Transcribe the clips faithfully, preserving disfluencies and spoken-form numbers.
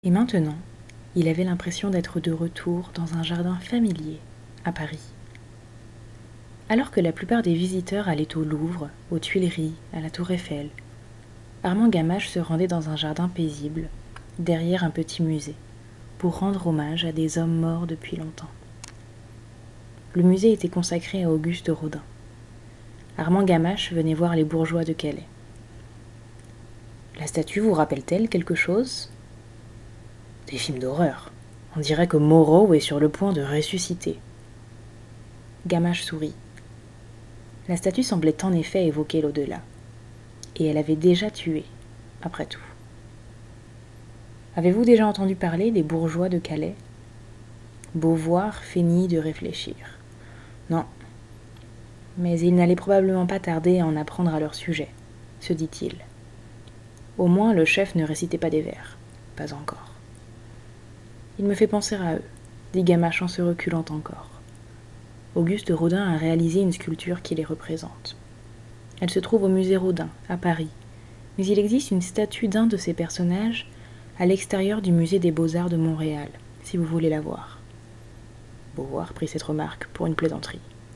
Et maintenant, il avait l'impression d'être de retour dans un jardin familier, à Paris. Alors que la plupart des visiteurs allaient au Louvre, aux Tuileries, à la Tour Eiffel, Armand Gamache se rendait dans un jardin paisible, derrière un petit musée, pour rendre hommage à des hommes morts depuis longtemps. Le musée était consacré à Auguste Rodin. Armand Gamache venait voir les bourgeois de Calais. « La statue vous rappelle-t-elle quelque chose ?»« Des films d'horreur. On dirait que Moreau est sur le point de ressusciter. » Gamache sourit. La statue semblait en effet évoquer l'au-delà. Et elle avait déjà tué, après tout. Avez-vous déjà entendu parler des bourgeois de Calais ? Beauvoir feignit de réfléchir. Non. Mais il n'allait probablement pas tarder à en apprendre à leur sujet, se dit-il. Au moins le chef ne récitait pas des vers. Pas encore. Il me fait penser à eux, dit Gamache en se reculant encore. Auguste Rodin a réalisé une sculpture qui les représente. Elle se trouve au musée Rodin, à Paris, mais il existe une statue d'un de ces personnages à l'extérieur du musée des Beaux-Arts de Montréal, si vous voulez la voir. Beauvoir prit cette remarque pour une plaisanterie.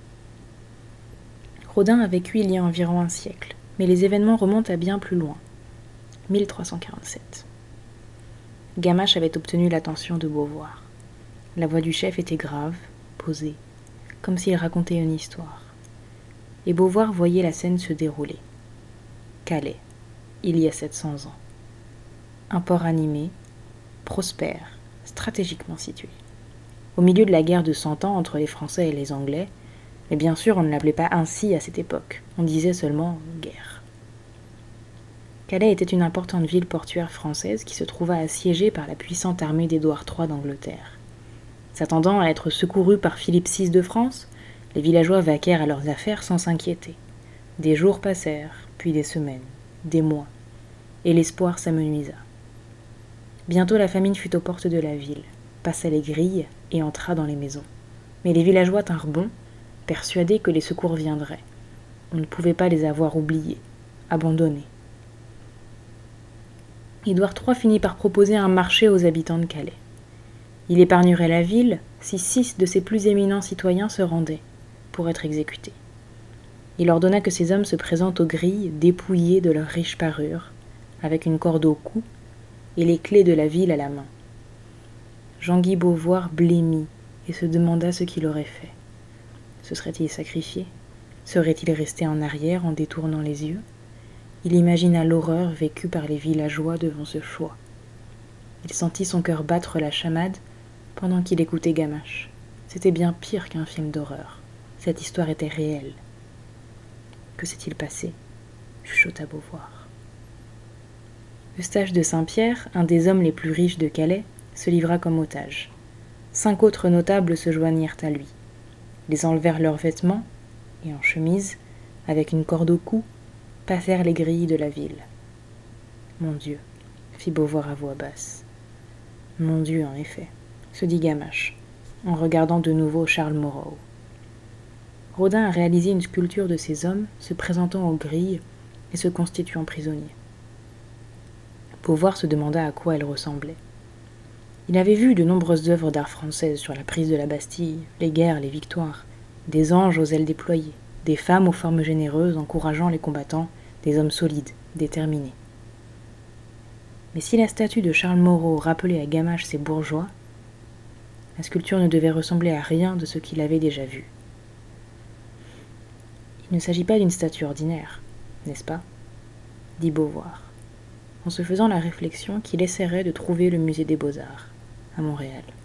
Rodin a vécu il y a environ un siècle, mais les événements remontent à bien plus loin, mille trois cent quarante-sept. Gamache avait obtenu l'attention de Beauvoir. La voix du chef était grave, posée, comme s'il racontait une histoire. Et Beauvoir voyait la scène se dérouler. Calais, il y a sept cents ans. Un port animé, prospère, stratégiquement situé. Au milieu de la guerre de Cent Ans entre les Français et les Anglais, mais bien sûr on ne l'appelait pas ainsi à cette époque, on disait seulement « guerre ». Calais était une importante ville portuaire française qui se trouva assiégée par la puissante armée d'Édouard trois d'Angleterre. S'attendant à être secourus par Philippe six de France, les villageois vaquèrent à leurs affaires sans s'inquiéter. Des jours passèrent, puis des semaines, des mois, et l'espoir s'amenuisa. Bientôt la famine fut aux portes de la ville, passa les grilles et entra dans les maisons. Mais les villageois tinrent bon, persuadés que les secours viendraient. On ne pouvait pas les avoir oubliés, abandonnés. Édouard trois finit par proposer un marché aux habitants de Calais. Il épargnerait la ville si six de ses plus éminents citoyens se rendaient, pour être exécutés. Il ordonna que ces hommes se présentent aux grilles dépouillés de leurs riches parures, avec une corde au cou et les clés de la ville à la main. Jean-Guy Beauvoir blêmit et se demanda ce qu'il aurait fait. Se serait-il sacrifié ? Serait-il resté en arrière en détournant les yeux ? Il imagina l'horreur vécue par les villageois devant ce choix. Il sentit son cœur battre la chamade pendant qu'il écoutait Gamache. C'était bien pire qu'un film d'horreur. Cette histoire était réelle. Que s'est-il passé ? Chuchota Beauvoir. Eustache de Saint-Pierre, un des hommes les plus riches de Calais, se livra comme otage. Cinq autres notables se joignirent à lui. Ils enlevèrent leurs vêtements, et en chemise, avec une corde au cou, passèrent les grilles de la ville. Mon Dieu, fit Beauvoir à voix basse. Mon Dieu, en effet, se dit Gamache, en regardant de nouveau Charles Moreau. Rodin a réalisé une sculpture de ces hommes se présentant aux grilles et se constituant prisonniers. Beauvoir se demanda à quoi elle ressemblait. Il avait vu de nombreuses œuvres d'art françaises sur la prise de la Bastille, les guerres, les victoires, des anges aux ailes déployées, des femmes aux formes généreuses encourageant les combattants, des hommes solides, déterminés. Mais si la statue de Charles Moreau rappelait à Gamache ses bourgeois, la sculpture ne devait ressembler à rien de ce qu'il avait déjà vu. Il ne s'agit pas d'une statue ordinaire, n'est-ce pas ? Dit Beauvoir, en se faisant la réflexion qu'il essaierait de trouver le musée des Beaux-Arts, à Montréal.